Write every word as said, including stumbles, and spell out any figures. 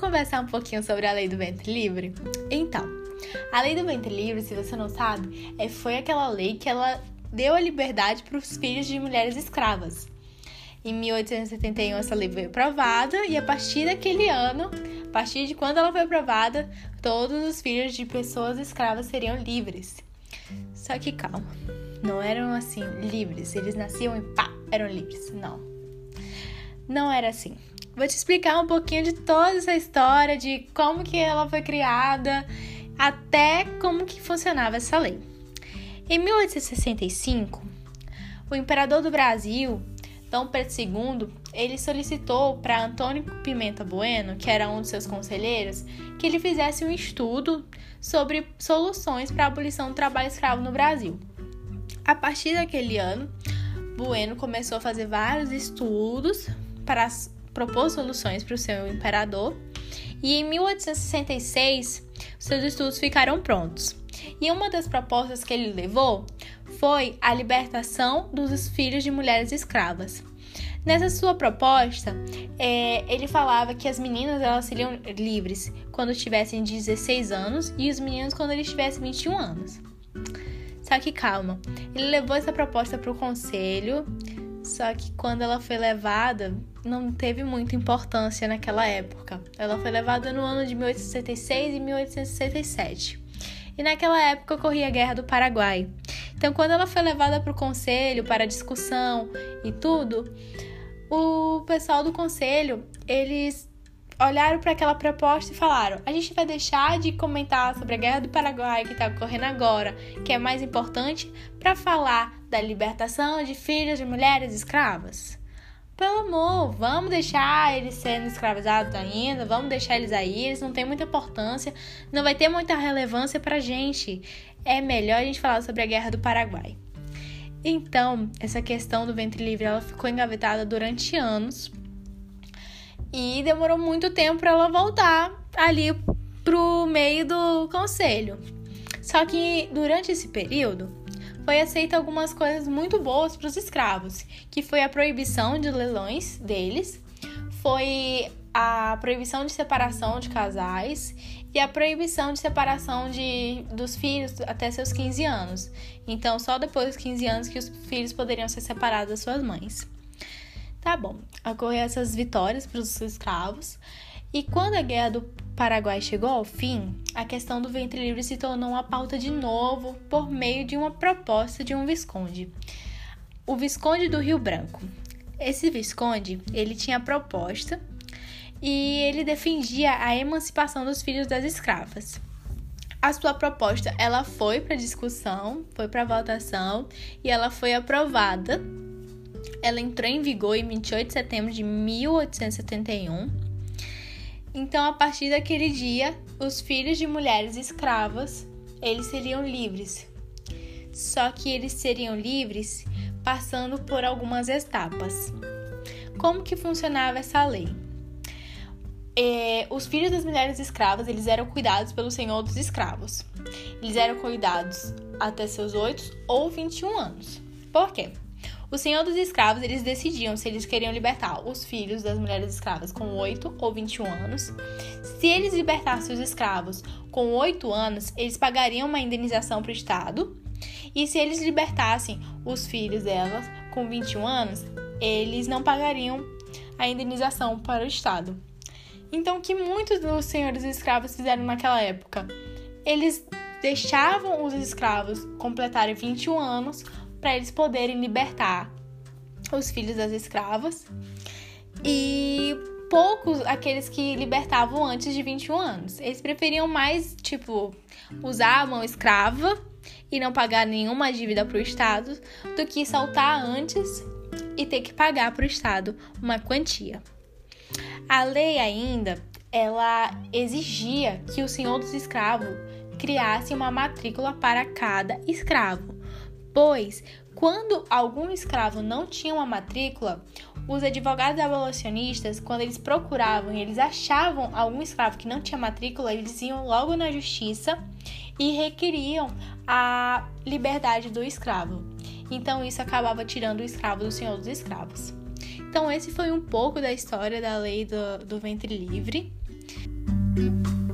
conversar um pouquinho sobre a lei do ventre livre? Então, a lei do ventre livre, se você não sabe, é, foi aquela lei que ela deu a liberdade para os filhos de mulheres escravas. Em mil oitocentos e setenta e um, essa lei foi aprovada e a partir daquele ano, a partir de quando ela foi aprovada, todos os filhos de pessoas escravas seriam livres. Só que calma, não eram assim, livres, eles nasciam e pá, eram livres, não. Não era assim. Vou te explicar um pouquinho de toda essa história, de como que ela foi criada, até como que funcionava essa lei. Em mil oitocentos e sessenta e cinco, o imperador do Brasil, Dom Pedro segundo, ele solicitou para Antônio Pimenta Bueno, que era um dos seus conselheiros, que ele fizesse um estudo sobre soluções para a abolição do trabalho escravo no Brasil. A partir daquele ano, Bueno começou a fazer vários estudos para propor soluções para o seu imperador, e em mil oitocentos e sessenta e seis, seus estudos ficaram prontos. E uma das propostas que ele levou foi a libertação dos filhos de mulheres escravas. Nessa sua proposta, é, ele falava que as meninas elas seriam livres quando tivessem dezesseis anos e os meninos quando eles tivessem vinte e um anos. Só que calma, ele levou essa proposta para o conselho, só que quando ela foi levada, não teve muita importância naquela época. Ela foi levada no ano de mil oitocentos e sessenta e seis e mil oitocentos e sessenta e sete. E naquela época ocorria a Guerra do Paraguai. Então, quando ela foi levada para o conselho, para discussão e tudo, o pessoal do conselho, eles olharam para aquela proposta e falaram: a gente vai deixar de comentar sobre a Guerra do Paraguai que está ocorrendo agora, que é mais importante, para falar da libertação de filhos de mulheres escravas. Pelo amor, vamos deixar eles sendo escravizados ainda, vamos deixar eles aí, eles não têm muita importância, não vai ter muita relevância pra gente. É melhor a gente falar sobre a Guerra do Paraguai. Então, essa questão do ventre livre, ela ficou engavetada durante anos e demorou muito tempo para ela voltar ali pro meio do conselho. Só que durante esse período, foi aceita algumas coisas muito boas para os escravos, que foi a proibição de leilões deles, foi a proibição de separação de casais e a proibição de separação de, dos filhos até seus quinze anos. Então, só depois dos quinze anos que os filhos poderiam ser separados das suas mães. Tá bom, ocorreram essas vitórias para os escravos. E quando a Guerra do Paraguai chegou ao fim, a questão do ventre livre se tornou uma pauta de novo por meio de uma proposta de um visconde, o Visconde do Rio Branco. Esse visconde, ele tinha proposta e ele defendia a emancipação dos filhos das escravas. A sua proposta, ela foi para discussão, foi para votação e ela foi aprovada. Ela entrou em vigor em vinte e oito de setembro de mil oitocentos e setenta e um. Então, a partir daquele dia, os filhos de mulheres escravas, eles seriam livres. Só que eles seriam livres passando por algumas etapas. Como que funcionava essa lei? É, os filhos das mulheres escravas, eles eram cuidados pelo senhor dos escravos. Eles eram cuidados até seus oito ou vinte e um anos. Por quê? O senhor dos escravos, eles decidiam se eles queriam libertar os filhos das mulheres escravas com oito ou vinte e um anos. Se eles libertassem os escravos com oito anos, eles pagariam uma indenização para o Estado. E se eles libertassem os filhos delas com vinte e um anos, eles não pagariam a indenização para o Estado. Então, o que muitos dos senhores escravos fizeram naquela época? Eles deixavam os escravos completarem vinte e um anos para eles poderem libertar os filhos das escravas, e poucos aqueles que libertavam antes de vinte e um anos. Eles preferiam mais, tipo, usar a mão escrava e não pagar nenhuma dívida para o Estado do que soltar antes e ter que pagar para o Estado uma quantia. A lei ainda, ela exigia que o senhor dos escravos criasse uma matrícula para cada escravo. Pois, quando algum escravo não tinha uma matrícula, os advogados abolicionistas, quando eles procuravam e eles achavam algum escravo que não tinha matrícula, eles iam logo na justiça e requeriam a liberdade do escravo. Então, isso acabava tirando o escravo do senhor dos escravos. Então, esse foi um pouco da história da lei do, do ventre livre. Tchau!